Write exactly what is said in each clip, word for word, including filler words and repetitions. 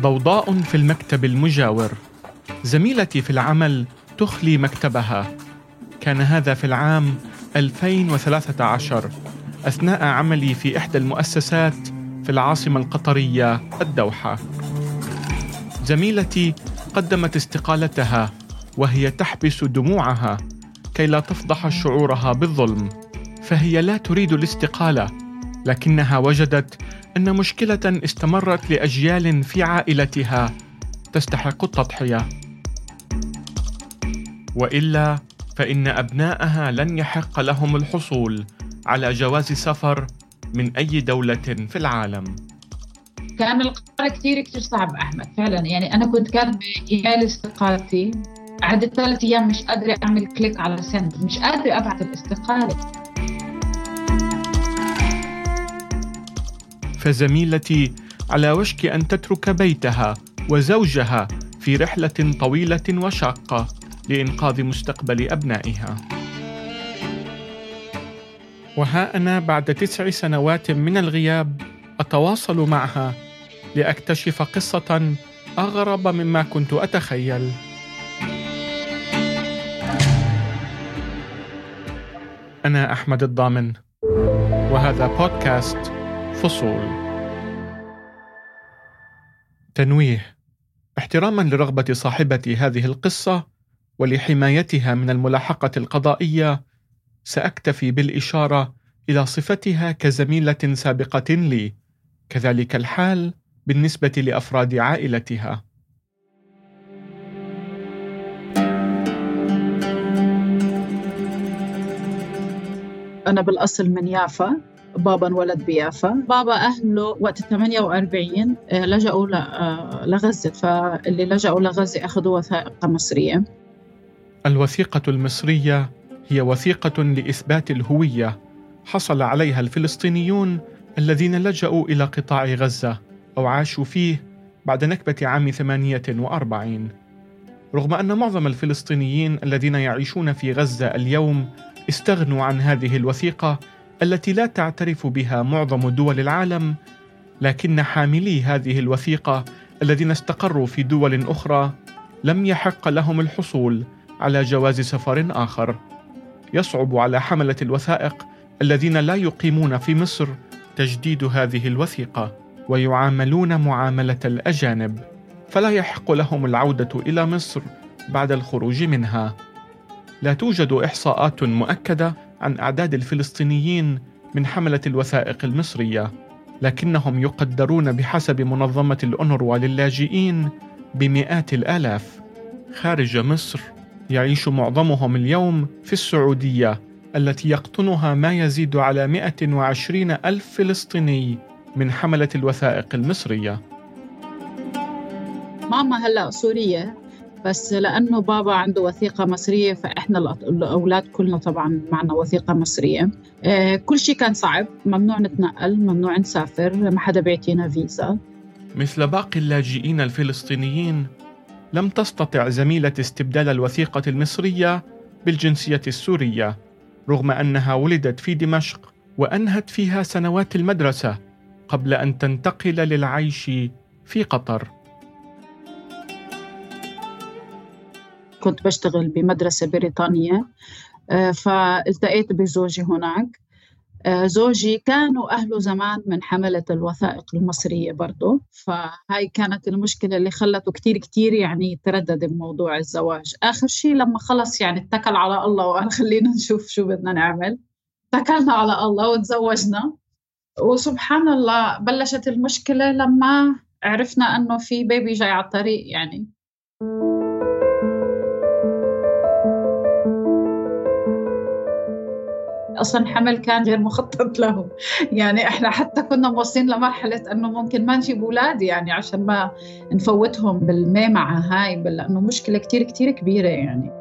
ضوضاء في المكتب المجاور. زميلتي في العمل تخلي مكتبها. كان هذا في العام ألفين وثلاثة عشر أثناء عملي في إحدى المؤسسات في العاصمة القطرية الدوحة. زميلتي قدمت استقالتها وهي تحبس دموعها كي لا تفضح شعورها بالظلم، فهي لا تريد الاستقالة، لكنها وجدت أن مشكلة استمرت لأجيال في عائلتها تستحق التضحية، وإلا فإن أبنائها لن يحق لهم الحصول على جواز سفر من أي دولة في العالم. كان القرار كتير كتير صعب أحمد فعلا. يعني أنا كنت كاتبة إيميل استقالتي، قعدت ثلاث أيام مش قادرة أعمل كليك على سند، مش قادرة أبعث الاستقالة. فزميلتي على وشك أن تترك بيتها وزوجها في رحلة طويلة وشاقة لإنقاذ مستقبل أبنائها. وها أنا بعد تسع سنوات من الغياب أتواصل معها لأكتشف قصة أغرب مما كنت أتخيل. أنا أحمد الضامن، وهذا بودكاست فصول. تنويه: احتراما لرغبة صاحبة هذه القصة ولحمايتها من الملاحقة القضائية، سأكتفي بالإشارة إلى صفتها كزميلة سابقة لي، كذلك الحال بالنسبة لأفراد عائلتها. أنا بالأصل من يافا، بابا انولد بيافا. بابا أهله وقت ثمانية وأربعين لجأوا لغزة، فاللي لجأوا لغزة أخذوا وثائق مصرية. الوثيقة المصرية هي وثيقة لإثبات الهوية حصل عليها الفلسطينيون الذين لجأوا إلى قطاع غزة أو عاشوا فيه بعد نكبة عام ثمانية وأربعين. رغم أن معظم الفلسطينيين الذين يعيشون في غزة اليوم استغنوا عن هذه الوثيقة التي لا تعترف بها معظم دول العالم، لكن حاملي هذه الوثيقة الذين استقروا في دول أخرى لم يحق لهم الحصول على جواز سفر آخر. يصعب على حملة الوثائق الذين لا يقيمون في مصر تجديد هذه الوثيقة، ويعاملون معاملة الأجانب، فلا يحق لهم العودة إلى مصر بعد الخروج منها. لا توجد إحصاءات مؤكدة عن أعداد الفلسطينيين من حملة الوثائق المصرية، لكنهم يقدرون بحسب منظمة الأونروا للاجئين بمئات الآلاف. خارج مصر يعيش معظمهم اليوم في السعودية التي يقطنها ما يزيد على مئة وعشرين ألف فلسطيني من حملة الوثائق المصرية. ماما هلأ سورية، بس لأنه بابا عنده وثيقة مصرية فإحنا الأولاد كلنا طبعا معنا وثيقة مصرية. آه كل شيء كان صعب، ممنوع نتنقل، ممنوع نسافر، ما حدا بيعطينا فيزا. مثل باقي اللاجئين الفلسطينيين، لم تستطع زميلة استبدال الوثيقة المصرية بالجنسية السورية، رغم أنها ولدت في دمشق وأنهت فيها سنوات المدرسة قبل أن تنتقل للعيش في قطر. كنت بشتغل بمدرسة بريطانية، فالتقيت بزوجي هناك. زوجي كانوا أهله زمان من حملة الوثائق المصرية برضو، فهاي كانت المشكلة اللي خلته كتير كتير يعني تردد بموضوع الزواج. آخر شيء لما خلص يعني اتكل على الله وقال خلينا نشوف شو بدنا نعمل، اتكلنا على الله وتزوجنا. وسبحان الله بلشت المشكلة لما عرفنا أنه في بيبي جاي على الطريق. يعني أصلاً حمل كان غير مخطط له، يعني إحنا حتى كنا موصلين لمرحلة أنه ممكن ما نجيب أولاد يعني عشان ما نفوتهم بالميمعة هاي، لأنه مشكلة كتير كتير كبيرة. يعني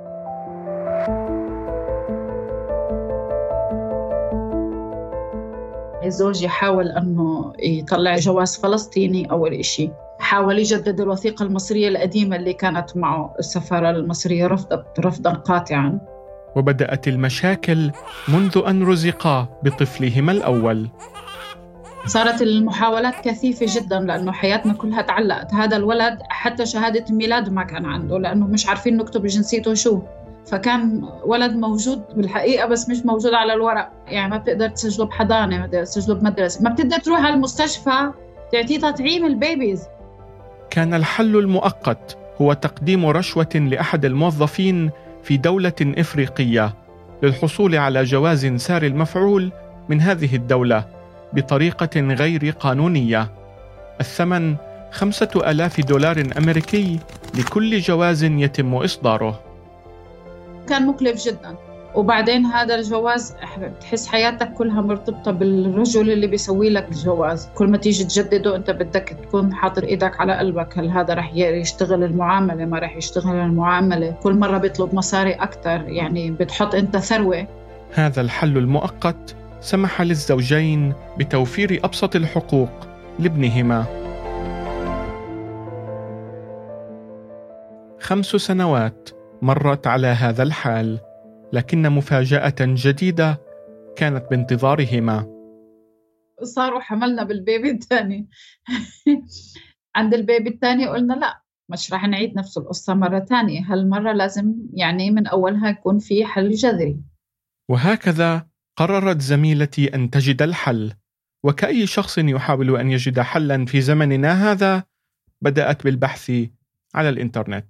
زوجي حاول أنه يطلع جواز فلسطيني. أول إشي حاول يجدد الوثيقة المصرية القديمة اللي كانت معه، السفارة المصرية رفضت رفضاً قاطعاً. وبدأت المشاكل منذ أن رزقا بطفلهما الأول. صارت المحاولات كثيفة جدا لأنه حياتنا كلها تعلقت. هذا الولد حتى شهادة الميلاد ما كان عنده لأنه مش عارفين نكتب جنسيته شو، فكان ولد موجود بالحقيقة بس مش موجود على الورق. يعني ما بتقدر تسجله بحضانة، ما بتقدر تسجله بمدرسة، ما بتقدر تروح على المستشفى تعطيه تطعيم البيبيز. كان الحل المؤقت هو تقديم رشوة لأحد الموظفين في دولة إفريقية للحصول على جواز ساري المفعول من هذه الدولة بطريقة غير قانونية. الثمن خمسة آلاف دولار أمريكي لكل جواز يتم إصداره. كان مكلف جدا، وبعدين هذا الجواز بتحس حياتك كلها مرتبطة بالرجل اللي بيسوي لك الجواز. كل ما تيجي تجدده أنت بدك تكون حاطر إيدك على قلبك، هل هذا رح يشتغل المعاملة ما رح يشتغل المعاملة، كل مرة بيطلب مصاري أكتر، يعني بتحط أنت ثروة. هذا الحل المؤقت سمح للزوجين بتوفير أبسط الحقوق لابنهما. خمس سنوات مرت على هذا الحال، لكن مفاجأة جديدة كانت بانتظارهما. صاروا حملنا بالبيبي الثاني. عند البيبي الثاني قلنا لا، مش راح نعيد نفس القصة مرة تانية، هالمرة لازم يعني من أولها يكون في حل جذري. وهكذا قررت زميلتي أن تجد الحل، وكأي شخص يحاول أن يجد حلا في زمننا هذا بدأت بالبحث على الإنترنت.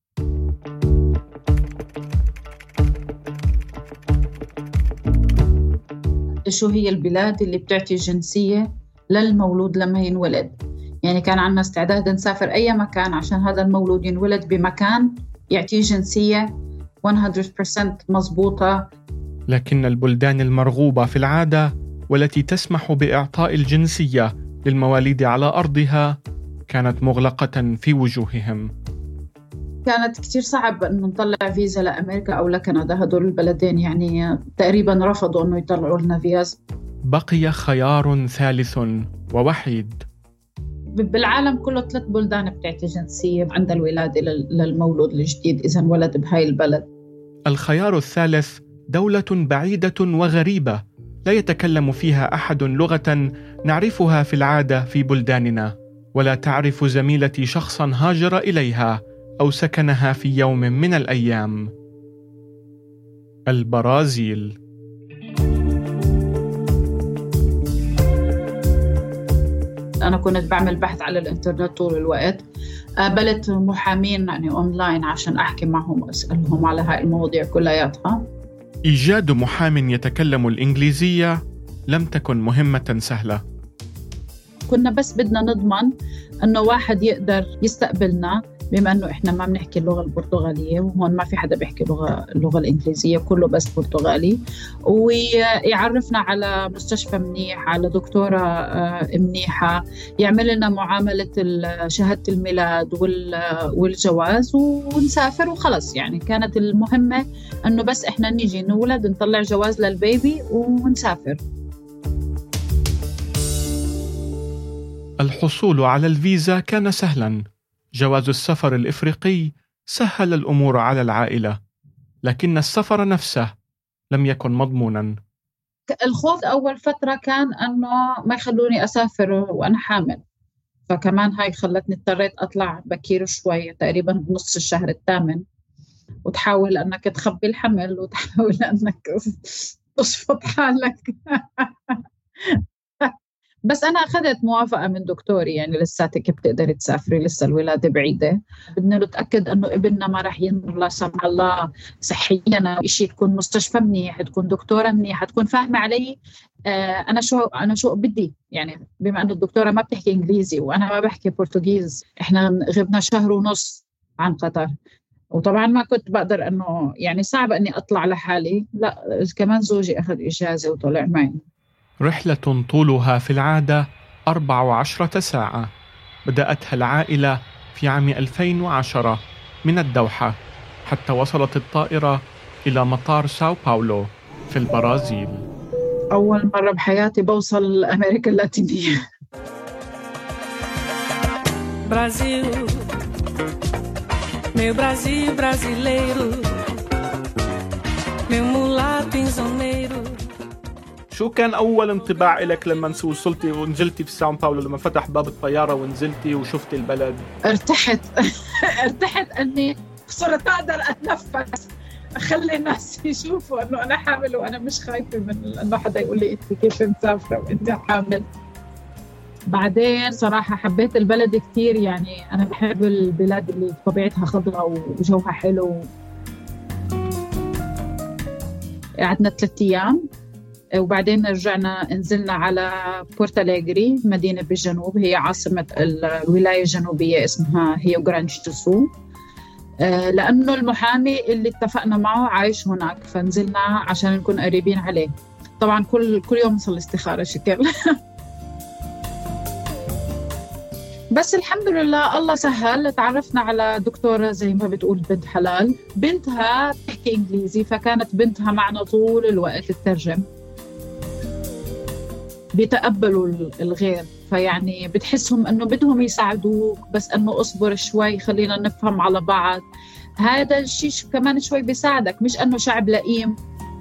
شو هي البلاد اللي بتعطي جنسية للمولود لما ينولد؟ يعني كان عنا استعداد نسافر أي مكان عشان هذا المولود ينولد بمكان يعطيه جنسية مية بالمية مضبوطة. لكن البلدان المرغوبة في العادة والتي تسمح بإعطاء الجنسية للمواليد على أرضها كانت مغلقة في وجوههم. كانت كتير صعب أن نطلع فيزا لأمريكا أو لكندا، هدول البلدين يعني تقريبا رفضوا أنه يطلعوا لنا فيز. بقي خيار ثالث ووحيد. بالعالم كله ثلاث بلدان بتعطي جنسية عند الولادة للمولود الجديد إذا انولد بهاي البلد. الخيار الثالث دولة بعيدة وغريبة لا يتكلم فيها أحد لغة نعرفها في العادة في بلداننا، ولا تعرف زميلتي شخصا هاجر إليها أو سكنها في يوم من الأيام. البرازيل. أنا كنت بعمل بحث على الإنترنت طول الوقت، قابلت محامين يعني أونلاين عشان أحكي معهم وأسألهم على هاي المواضيع كلياتها. إيجاد محام يتكلم الإنجليزية لم تكن مهمة سهلة. كنا بس بدنا نضمن أنه واحد يقدر يستقبلنا، بما أنه إحنا ما بنحكي اللغة البرتغالية وهون ما في حدا بيحكي اللغة اللغة الإنجليزية، كله بس برتغالي، ويعرفنا على مستشفى منيح، على دكتورة منيحة، يعمل لنا معاملة شهادة الميلاد والجواز ونسافر وخلص. يعني كانت المهمة أنه بس إحنا نيجي نولد نطلع جواز للبيبي ونسافر. الحصول على الفيزا كان سهلاً. جواز السفر الإفريقي سهل الأمور على العائلة، لكن السفر نفسه لم يكن مضموناً. الخوف أول فترة كان أنه ما يخلوني أسافر وأنا حامل، فكمان هاي خلتني اضطريت أطلع بكير شوي، تقريباً بنص الشهر الثامن، وتحاول أنك تخبي الحمل وتحاول أنك تشفط حالك. بس أنا أخذت موافقة من دكتوري، يعني لساتك بتقدري تسافري، لسه الولادة بعيدة، بدنا نتأكد أنه ابننا ما رح ينضر لا سمح الله صحيا، إشي تكون مستشفى منيح، تكون دكتورة منيحة، تكون فاهمة علي آه أنا شو أنا شو بدي. يعني بما أن الدكتورة ما بتحكي إنجليزي وأنا ما بحكي برتغيز، إحنا غبنا شهر ونص عن قطر، وطبعا ما كنت بقدر أنه يعني صعب أني أطلع لحالي، لا كمان زوجي أخذ إجازة وطلع معي. رحلة طولها في العادة أربع عشرة ساعة بدأتها العائلة في عام ألفين وعشرة من الدوحة، حتى وصلت الطائرة إلى مطار ساو باولو في البرازيل. أول مرة بحياتي بوصل أمريكا اللاتينية. برازيل meu Brasil brasileiro meu mulato insoneiro. شو كان أول انطباع لك لما وصلتي ونزلتي في ساو باولو، لما فتح باب الطيارة ونزلتي وشفتي البلد؟ ارتحت ارتحت أني صرت أقدر أتنفس، أخلي الناس يشوفوا أنه أنا حامل وأنا مش خايفة من أنه حدا يقول لي أنت كيف مسافرة وأنت حامل. بعدين صراحة حبيت البلد كتير، يعني أنا بحب البلاد اللي طبيعتها خضراء وجوها حلو. قعدنا ثلاثة أيام وبعدين رجعنا نزلنا على بورت أليغري، مدينة بالجنوب هي عاصمة الولاية الجنوبية اسمها هيو جراندي دو سول، لأنه المحامي اللي اتفقنا معه عايش هناك، فنزلنا عشان نكون قريبين عليه. طبعا كل كل يوم نصلي استخارة شكل بس الحمد لله الله سهل. تعرفنا على دكتورة زي ما بتقول بنت حلال، بنتها تحكي إنجليزي، فكانت بنتها معنا طول الوقت تترجم. بيتقبلوا الغير، فيعني بتحسهم أنه بدهم يساعدوك، بس أنه أصبر شوي خلينا نفهم على بعض. هذا الشيء كمان شوي بيساعدك، مش أنه شعب لئيم.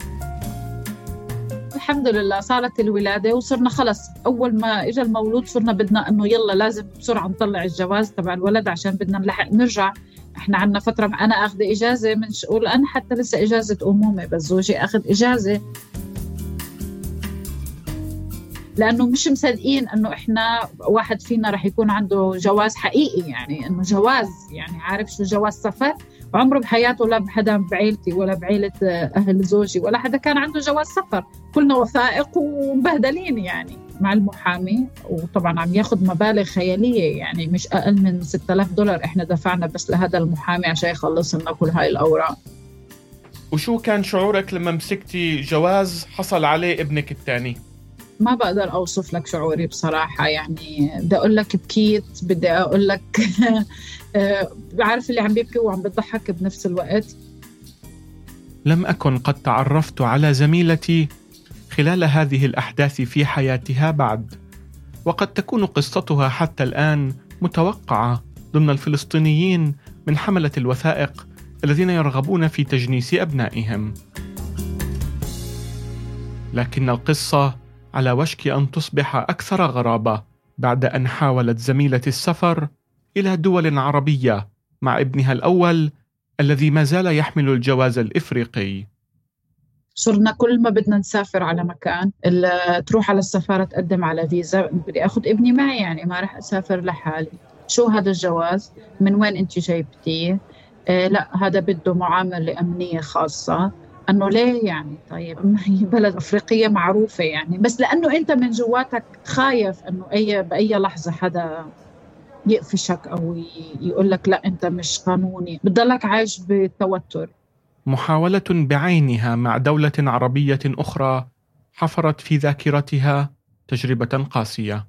الحمد لله صارت الولادة وصرنا خلص، أول ما إجا المولود صرنا بدنا أنه يلا لازم بسرعة نطلع الجواز تبع الولد عشان بدنا نلحق نرجع. إحنا عنا فترة أنا أخذ إجازة من شغل، أنا حتى لسه إجازة أمومة، بس زوجي أخذ إجازة لأنه مش مصدقين أنه إحنا واحد فينا رح يكون عنده جواز حقيقي، يعني أنه جواز، يعني عارف شو جواز سفر. عمره بحياته لا بحدا بعيلتي ولا بعيلة أهل زوجي ولا حدا كان عنده جواز سفر، كلنا وثائق ومبهدلين يعني مع المحامي. وطبعا عم ياخد مبالغ خيالية، يعني مش أقل من ستة آلاف دولار إحنا دفعنا بس لهذا المحامي عشان يخلص لنا كل هاي الأوراق. وشو كان شعورك لما مسكتي جواز حصل عليه ابنك الثاني؟ ما بقدر أوصف لك شعوري بصراحة، يعني بدي أقول لك بكيت، بدي أقول لك بعرف اللي عم بيبكي وعم بتضحك بنفس الوقت. لم أكن قد تعرفت على زميلتي خلال هذه الأحداث في حياتها بعد، وقد تكون قصتها حتى الآن متوقعة ضمن الفلسطينيين من حملة الوثائق الذين يرغبون في تجنيس أبنائهم. لكن القصة على وشك أن تصبح أكثر غرابة بعد أن حاولت زميلة السفر إلى دول عربية مع ابنها الأول الذي ما زال يحمل الجواز الإفريقي. صرنا كل ما بدنا نسافر على مكان تروح على السفارة تقدم على فيزا، بدي أخذ ابني معي، يعني ما رح أسافر لحالي. شو هذا الجواز؟ من وين أنت جايبتيه؟ آه لا هذا بده معاملة أمنية خاصة. أنه ليه يعني؟ طيب ما هي بلد أفريقية معروفة يعني، بس لأنه أنت من جواتك خايف أنه أي بأي لحظة حدا يقفشك أو يقول لك لا أنت مش قانوني، بتضلك عايش بالتوتر. محاولة بعينها مع دولة عربية أخرى حفرت في ذاكرتها تجربة قاسية.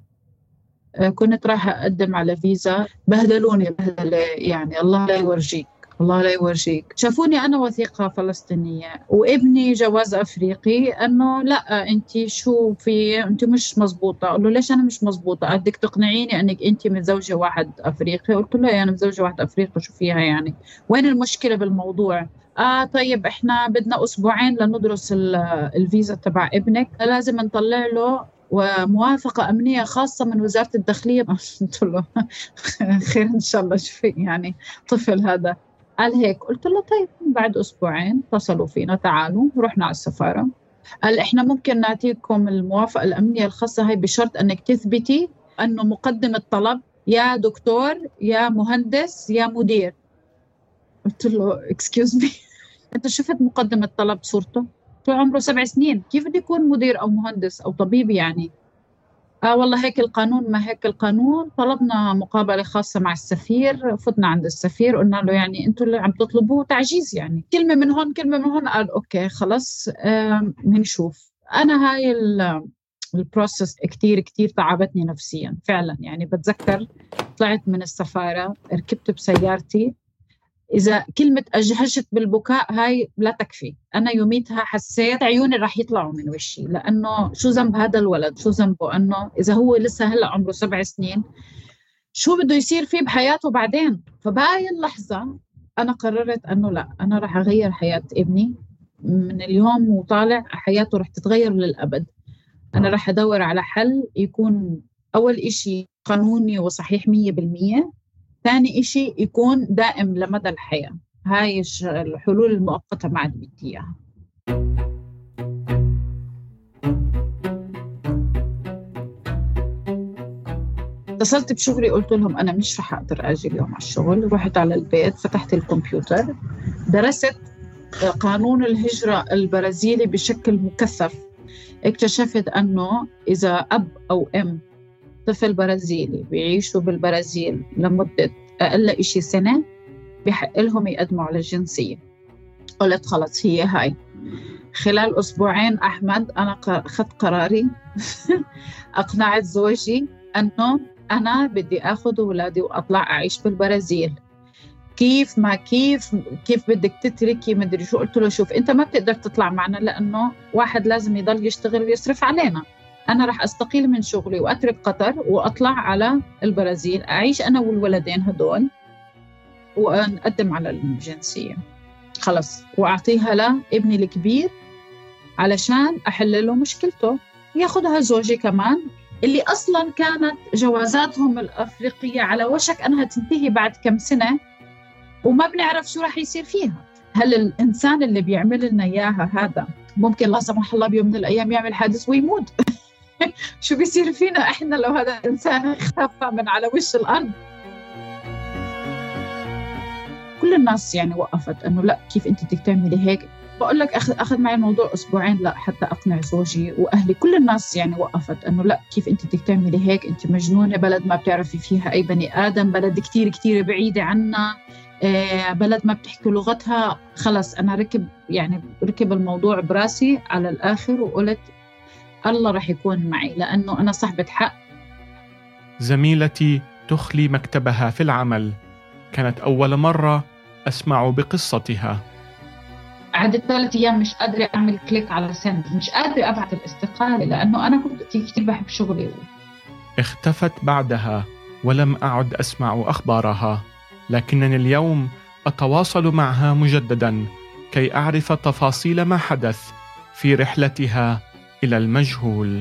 كنت رايحة أقدم على فيزا، بهدلوني بهدلة يعني الله لا يورجيك، الله لا يورجيك. شافوني أنا وثيقة فلسطينية وابني جواز أفريقي، أنه لا أنت شو في، أنت مش مزبوطة. قلت له ليش أنا مش مزبوطة؟ بدك تقنعيني أنك أنت متزوجة واحد أفريقي؟ قلت له أنا متزوجة واحد أفريقي، شو فيها يعني؟ وين المشكلة بالموضوع؟ آه طيب إحنا بدنا أسبوعين لندرس الفيزا تبع ابنك، لازم نطلع له وموافقة أمنية خاصة من وزارة الداخلية. قلت له خير إن شاء الله، شوفي يعني طفل هذا. قال هيك. قلت له طيب. بعد أسبوعين اتصلوا فينا، تعالوا. رحنا على السفارة، قال إحنا ممكن نعطيكم الموافقة الأمنية الخاصة هاي بشرط أنك تثبتي أنه مقدم الطلب يا دكتور يا مهندس يا مدير. قلت له excuse me أنت شفت مقدم الطلب صورته؟ قلت له عمره سبع سنين، كيف بده يكون مدير أو مهندس أو طبيب يعني؟ آه والله هيك القانون. ما هيك القانون. طلبنا مقابلة خاصة مع السفير، فتنا عند السفير قلنا له يعني أنتوا اللي عم تطلبوه تعجيز، يعني كلمة من هون كلمة من هون. قال أوكي خلص آه بنشوف. أنا هاي البروسس كتير كتير تعبتني نفسيا فعلا، يعني بتذكر طلعت من السفارة ركبت بسيارتي، إذا كلمة أجهشت بالبكاء هاي لا تكفي. أنا يوميتها حسيت عيوني راح يطلعوا من وشي، لأنه شو ذنب هذا الولد؟ شو ذنبه؟ أنه إذا هو لسه هلأ عمره سبع سنين شو بده يصير فيه بحياته بعدين؟ فبهاي اللحظة أنا قررت أنه لا، أنا راح أغير حياة ابني من اليوم وطالع، حياته راح تتغير للأبد. أنا رح أدور على حل يكون أول إشي قانوني وصحيح مية بالمية، ثاني إشي يكون دائم لمدى الحياة. هاي الحلول المؤقتة ما عاد بدي إياها. اتصلت بشغلي قلت لهم أنا مش رح أقدر أجي اليوم على الشغل. رحت على البيت فتحت الكمبيوتر درست قانون الهجرة البرازيلي بشكل مكثف. اكتشفت أنه إذا أب أو أم طفل برازيلي بيعيشوا بالبرازيل لمدة أقل إشي سنة بحق لهم يقدموا على الجنسية. قلت خلص هي هاي. خلال أسبوعين أحمد أنا أخذت قراري أقنعت زوجي أنه أنا بدي أخذ أولادي وأطلع أعيش بالبرازيل. كيف ما كيف كيف بدك تتركي مدري شو. قلت له شوف أنت ما بتقدر تطلع معنا لأنه واحد لازم يضل يشتغل ويصرف علينا. أنا رح أستقيل من شغلي وأترك قطر وأطلع على البرازيل أعيش أنا والولدين هدول ونقدم على الجنسية خلص، وأعطيها لابني الكبير علشان أحل له مشكلته. ياخدها زوجي كمان اللي أصلاً كانت جوازاتهم الأفريقية على وشك أنها تنتهي بعد كم سنة وما بنعرف شو رح يصير فيها. هل الإنسان اللي بيعمل لنا إياها هذا ممكن لا سمح الله بيوم من الأيام يعمل حادث ويموت؟ شو بيصير فينا إحنا لو هذا الإنسان اختفى من على وش الأرض؟ كل الناس يعني وقفت أنه لا كيف أنت بدك تعملي هيك. بقول لك أخذ أخذ معي الموضوع أسبوعين لا حتى أقنع زوجي وأهلي. كل الناس يعني وقفت أنه لا كيف أنت بدك تعملي هيك، أنت مجنونة، بلد ما بتعرفي فيها أي بني آدم، بلد كتير كتير بعيدة عنا، بلد ما بتحكي لغتها. خلص أنا ركب يعني ركب الموضوع براسي على الآخر وقلت الله رح يكون معي لأنه أنا صاحبة حق. زميلتي تخلي مكتبها في العمل. كانت أول مرة أسمع بقصتها. قعدت ثلاث أيام مش قادرة أعمل كليك على سند، مش قادرة أبعث الاستقالة لأنه أنا كنت كتير بحب شغلي. اختفت بعدها ولم أعد أسمع أخبارها، لكنني اليوم أتواصل معها مجددا كي أعرف تفاصيل ما حدث في رحلتها إلى المجهول.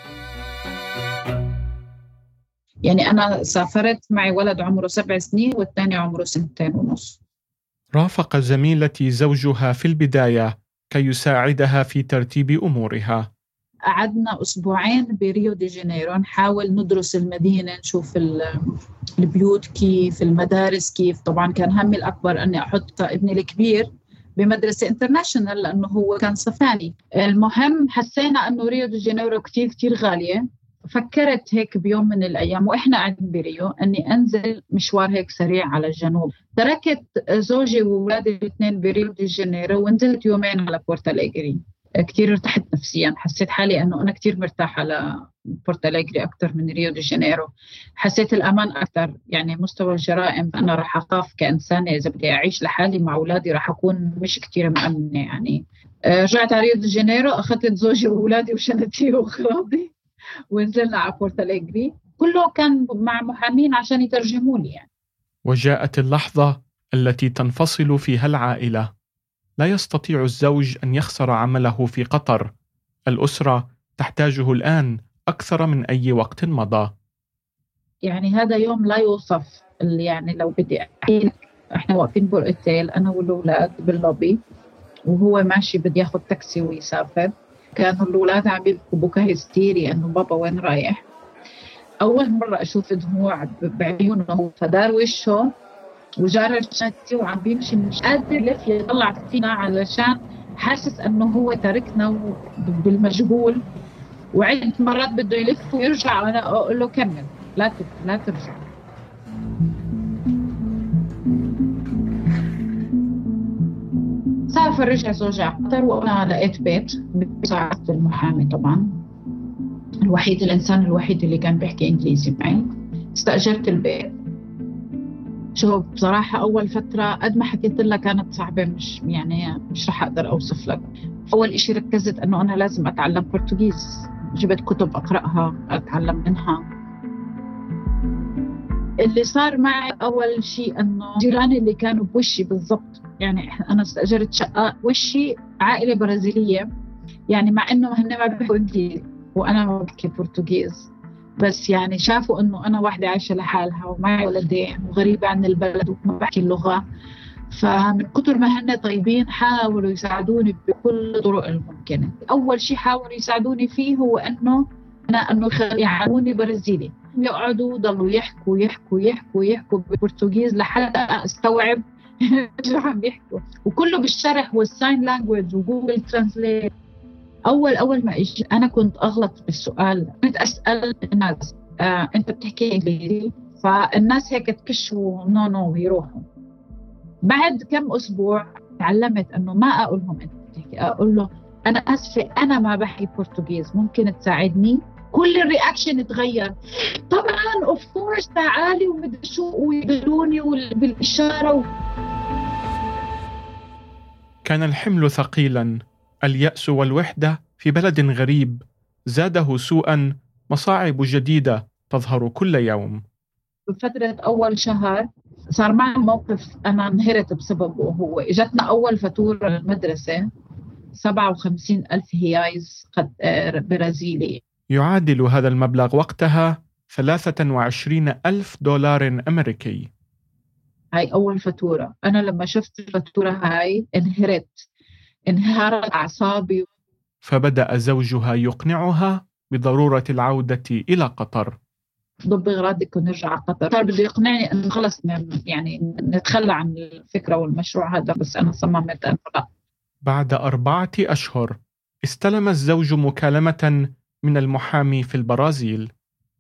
يعني أنا سافرت معي ولد عمره سبع سنين والثاني عمره سنتين ونص. رافق زميلتي زوجها في البداية كي يساعدها في ترتيب أمورها. قعدنا أسبوعين بريو دي جانيرو نحاول ندرس المدينة، نشوف البيوت كيف، المدارس كيف. طبعا كان همي الأكبر أني أحط ابني الكبير بمدرسة انترناشنال لأنه هو كان صفاني. المهم حسينا أنه ريو دي جانيرو كتير كتير غالية. فكرت هيك بيوم من الأيام وإحنا قاعدين بريو أني أنزل مشوار هيك سريع على الجنوب. تركت زوجي وولادي الاثنين بريو دي جانيرو ونزلت يومين على بورتاليغري. كتير ارتحت نفسيا، حسيت حالي أنه أنا كتير مرتاحة على بورتاليغري أكتر من ريو دي جانيرو. حسيت الأمان أكتر، يعني مستوى الجرائم أنا رح أخاف كإنسانة إذا بدي أعيش لحالي مع أولادي رح أكون مش كتير مأمنة. يعني رجعت على ريو دي جانيرو، أخذت زوجي وولادي وشنطتي وأغراضي ونزلنا على بورتاليغري. كله كان مع محامين عشان يترجموا لي يعني. وجاءت اللحظة التي تنفصل فيها العائلة. لا يستطيع الزوج أن يخسر عمله في قطر. الأسرة تحتاجه الآن أكثر من أي وقت مضى. يعني هذا يوم لا يوصف. اللي يعني لو بدي أحكي لك، إحنا واقفين بورقتيل أنا والأولاد باللوبي وهو ماشي بدي ياخد تاكسي ويسافر. كانوا الأولاد عم يبكوا بكاء هستيري إنه بابا وين رايح. أول مرة أشوف دموع بعيونه، فدار وشه وجار شنطتي وعم بيمشي مش قادر يلف يطلع فينا علشان حاسس إنه هو تركنا بالمجهول. وعدة مرات بده يلف ويرجع وأنا أقول له كمل لا لا ترجع. سافر رجع زوجي على قطر وأنا لقيت بيت بمساعدة المحامي طبعا الوحيد، الإنسان الوحيد اللي كان بيحكي إنجليزي معي. استأجرت البيت. شو بصراحة أول فترة قد ما حكيت لها كانت صعبة، مش يعني مش رح أقدر أوصف لك. أول إشي ركزت أنه أنا لازم أتعلم برتغيز، جبت كتب أقرأها أتعلم منها. اللي صار معي أول شيء أنه جيراني اللي كانوا بوشي بالضبط، يعني أنا استأجرت شقة وشي عائلة برازيلية، يعني مع أنه هن ما بيحكوا إنجليزي وأنا ما بحكي برتغيز، بس يعني شافوا إنه أنا واحدة عايشة لحالها ومعي ولدين وغريبة عن البلد وما بحكي اللغة، فمن كتر ما هن طيبين حاولوا يساعدوني بكل الطرق الممكنة. أول شيء حاولوا يساعدوني فيه هو إنه أنا إنه يعلموني برازيلي، يقعدوا ضلوا يحكوا يحكوا يحكوا يحكوا بالبرتغيز لحتى استوعب شو عم بيحكوا، وكله بالشرح والساين لانجويج وجوجل ترانسليت. أول أول ما إجي أنا كنت أغلط بالسؤال، كنت أسأل الناس آه، أنت بتحكي إنجليزي؟ فالناس هيك تكشوا نو نو ويروحوا. بعد كم أسبوع تعلمت أنه ما أقولهم أنت بتحكي، أقول له أنا أسفة أنا ما بحكي برتغيز، ممكن تساعدني؟ كل الرياكشن تغير، طبعا اوف كورس تعالي ومدري شو، ويدلوني بالإشارة و... كان الحمل ثقيلا، اليأس والوحدة في بلد غريب زاده سوءا مصاعب جديدة تظهر كل يوم. بفترة أول شهر صار معي موقف أنا انهرت بسببه. هو إجتنا أول فاتورة المدرسة سبعة وخمسين ألف هيايز برازيلي، يعادل هذا المبلغ وقتها ثلاثة وعشرين ألف دولار أمريكي. هاي أول فاتورة. أنا لما شفت الفاتورة هاي انهرت، انهارت أعصابي. فبدأ زوجها يقنعها بضرورة العودة إلى قطر. ضب غرادك ونرجع على قطر. صار بده يقنعني أنه خلص يعني نتخلى عن الفكرة والمشروع هذا، بس أنا صممت أنه لا. بعد أربعة أشهر استلم الزوج مكالمة من المحامي في البرازيل.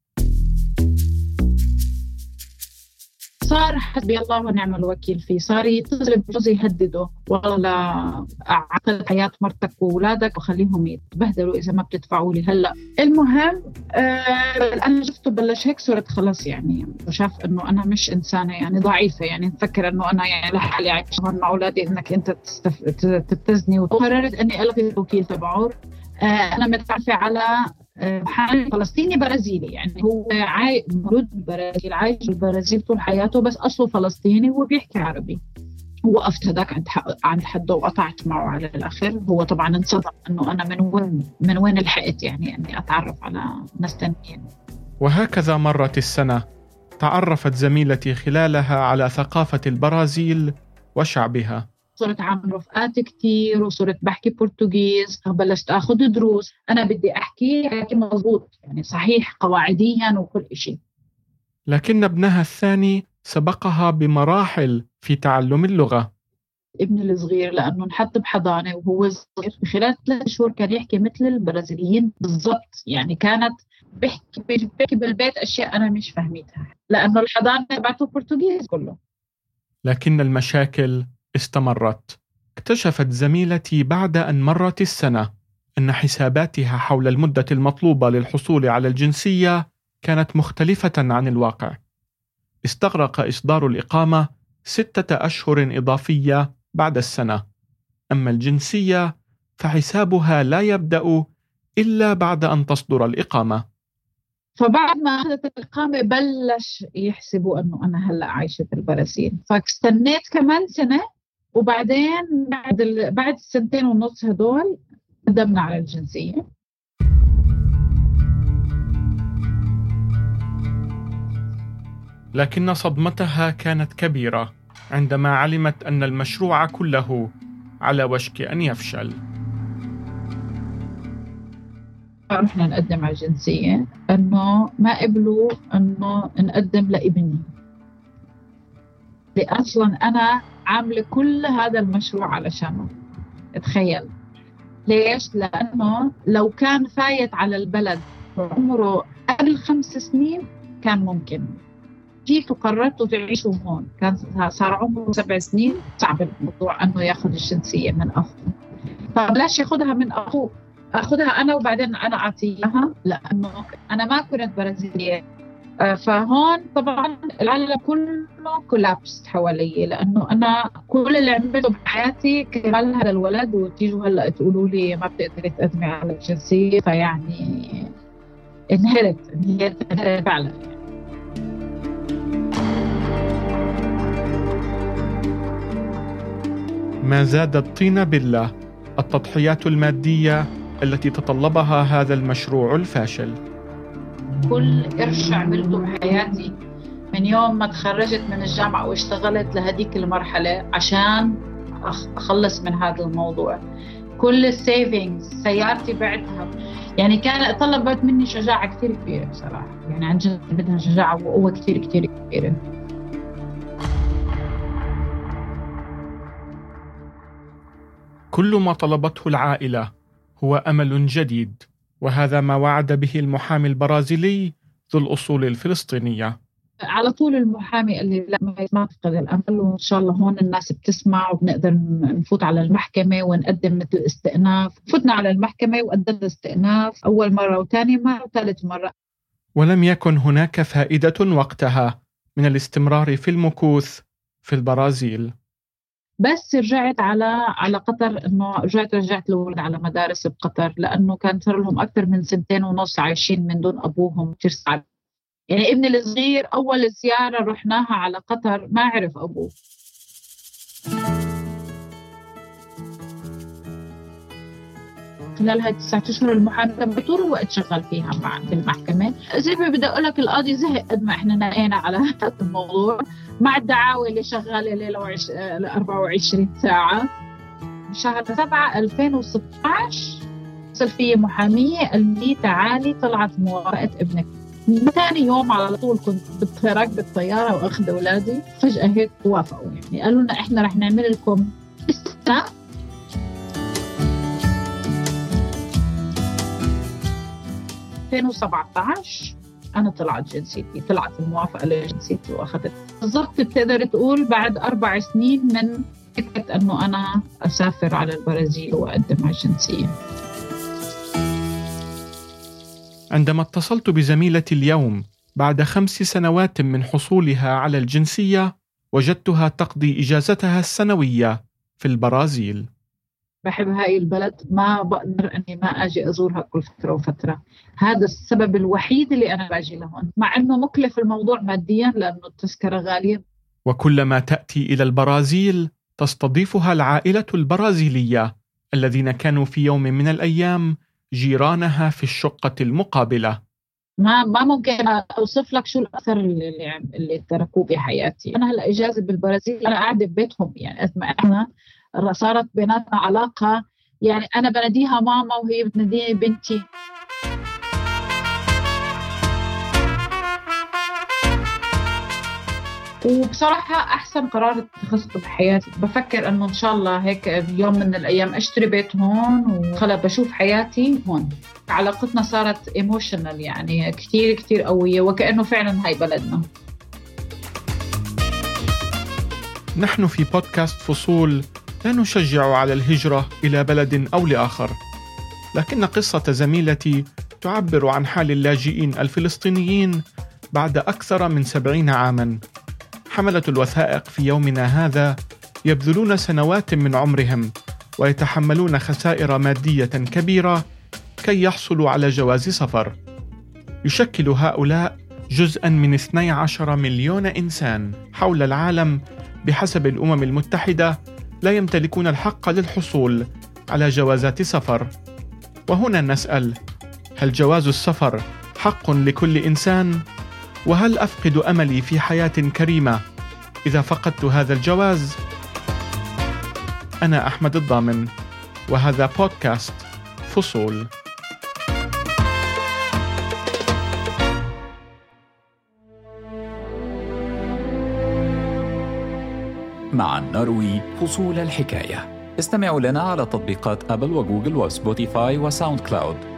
صار حسبي الله ونعم الوكيل فيه، صار يتصل بجوزي يهدده، والله أعقل حياة مرتك وأولادك وخليهم يتبهدلوا إذا ما بتدفعوا لي هلأ. المهم آه أنا شفته بلش هيك صرت خلاص يعني، وشاف إنه أنا مش إنسانة يعني ضعيفة، يعني نفكر إنه أنا يعني لحالي عايشة هون مع أولادي إنك أنت تستف... تبتزني. وقررت إني ألغي الوكيل تبعه. آه أنا متعرفة على محامي فلسطيني برازيلي، يعني هو عاي... مولود بالبرازيل، عايش بالبرازيل طول حياته، بس أصله فلسطيني وبيحكي عربي. وقفت هداك عند حق... عند حده وقطعت معه على الآخر. هو طبعا انصدم إنه أنا من وين من وين لحقت يعني إني أتعرف على ناس تانيين. وهكذا مرت السنة، تعرفت زميلتي خلالها على ثقافة البرازيل وشعبها. صرت عامل رفقات كتير وصرت بحكي برتغيز، بلشت أخذ دروس. أنا بدي أحكي حكي مضبوط يعني صحيح قواعديا وكل إشي. لكن ابنها الثاني سبقها بمراحل في تعلم اللغة. ابني الصغير لأنه انحط بحضانة وهو صغير، بخلال ثلاث شهور كان يحكي مثل البرازيليين بالضبط. يعني كانت بحكي بحكي بالبيت أشياء أنا مش فهميتها، لأنه الحضانة تبعته برتغيز كله. لكن المشاكل استمرت. اكتشفت زميلتي بعد أن مرت السنة أن حساباتها حول المدة المطلوبة للحصول على الجنسية كانت مختلفة عن الواقع. استغرق إصدار الإقامة ستة أشهر إضافية بعد السنة، أما الجنسية فحسابها لا يبدأ إلا بعد أن تصدر الإقامة. فبعد ما أخذت الإقامة بلش يحسبوا أنه أنا هلأ عايشة بالبرازيل، فاستنيت كمان سنة، وبعدين بعد ال... بعد السنتين ونص هدول قدمنا على الجنسية. لكن صدمتها كانت كبيرة عندما علمت أن المشروع كله على وشك أن يفشل. رحنا نقدم على الجنسية، أنه ما قبلوا أنه نقدم لابني، اللي أصلاً أنا عاملة كل هذا المشروع علشانه. تخيل ليش؟ لأنه لو كان فايت على البلد عمره قبل خمس سنين كان ممكن. جيت وقررت تعيشوا هون، كان صار عمره سبع سنين، صعب الموضوع أنه يأخذ الجنسية من أخوه. فبلاش يأخذها من أخوه، أخذها أنا وبعدين أنا أعطيها، لأنه أنا ما كنت برازيلية. فهون طبعا العالم كله كولابس حوالي، لأنه أنا كل اللي عملته بحياتي كمال هذا الولد، وتيجوا هلأ تقولوا لي ما بتقدري تقدمي على الجنسية. فيعني انهرت انهرت انهرت فعلا. ما زاد الطين بلة، التضحيات المادية التي تطلبها هذا المشروع الفاشل. كل قرش عملته بحياتي من يوم ما تخرجت من الجامعة واشتغلت لهديك المرحلة عشان أخلص من هذا الموضوع. كل السيفينجز، سيارتي بعتها، يعني كان طلبت مني شجاعة كتير كبيرة بصراحة، يعني عن جد بدها شجاعة وقوة كتير كتير كبيرة. كل ما طلبته العائلة هو أمل جديد، وهذا ما وعد به المحامي البرازيلي ذو الأصول الفلسطينية. على طول المحامي قال لي لا ما تفقد الأمل، وإن شاء الله هون الناس بتسمع وبنقدر نفوت على المحكمة ونقدم مثل استئناف. فتنا على المحكمة وقدمنا استئناف أول مرة وثاني مرة وثالث مرة. ولم يكن هناك فائدة وقتها من الاستمرار في المكوث في البرازيل. بس رجعت على على قطر، إنه رجعت رجعت الأولاد على مدارس بقطر، لأنه كان صار لهم أكثر من سنتين ونص عايشين من دون أبوهم. كثير صعب. يعني ابني الصغير أول زيارة رحناها على قطر ما عرف أبوه. خلال هاي التسعة أشهر المحامي طول الوقت شغال فيها مع في المحكمة. زي ما بدي أقول لك القاضي زهق قد ما إحنا نقينا على هذا الموضوع، مع الدعاوى اللي شغالة ليلة وعش... أربعة وعشرين ساعة. بشهر سبعة ألفين وستة عشر اتصل في محامية قال لي تعالي طلعت موافقة ابنك. ثاني يوم على طول كنت راكبة الطيارة وأخذ أولادي، فجأة هيك وافقوا، يعني قالوا لنا إحنا رح نعمل لكم استثناء. ألفين وسبعة عشر أنا طلعت جنسيتي، طلعت الموافقة لجنسيتي وأخذت. بالضبط بتقدر تقول بعد أربع سنين من فكرة أنه أنا أسافر على البرازيل وأقدم على الجنسية. عندما اتصلت بزميلتي اليوم بعد خمس سنوات من حصولها على الجنسية، وجدتها تقضي إجازتها السنوية في البرازيل. بحب هاي البلد، ما بقدر أني ما أجي أزورها كل فترة وفترة. هذا السبب الوحيد اللي أنا باجي لهون، مع أنه مكلف الموضوع ماديا لأنه التذكرة غالية. وكلما تأتي إلى البرازيل تستضيفها العائلة البرازيلية الذين كانوا في يوم من الأيام جيرانها في الشقة المقابلة. ما ما ممكن أوصف لك شو الأثر اللي اللي تركوه بحياتي. أنا هلا إجازة بالبرازيل، أنا قاعدة ببيتهم، يعني أسمع إحنا صارت بيناتنا علاقة، يعني أنا بناديها ماما وهي بتناديني بنتي. وبصراحة أحسن قرار اتخذته بحياتي. بفكر أنه إن شاء الله هيك يوم من الأيام أشتري بيت هون وخلص بشوف حياتي هون. علاقتنا صارت ايموشنال، يعني كتير كتير قوية، وكأنه فعلا هاي بلدنا. نحن في بودكاست فصول لا نشجع على الهجرة إلى بلد أو لآخر، لكن قصة زميلتي تعبر عن حال اللاجئين الفلسطينيين بعد أكثر من سبعين عاماً. حملة الوثائق في يومنا هذا يبذلون سنوات من عمرهم ويتحملون خسائر مادية كبيرة كي يحصلوا على جواز سفر. يشكل هؤلاء جزءاً من اثني عشر مليون إنسان حول العالم بحسب الأمم المتحدة لا يمتلكون الحق للحصول على جوازات سفر. وهنا نسأل: هل جواز السفر حق لكل إنسان؟ وهل أفقد أملي في حياة كريمة إذا فقدت هذا الجواز؟ أنا أحمد الضامن، وهذا بودكاست فصول. معا نروي فصول الحكاية. استمعوا لنا على تطبيقات أبل وجوجل وسبوتيفاي وساوند كلاود.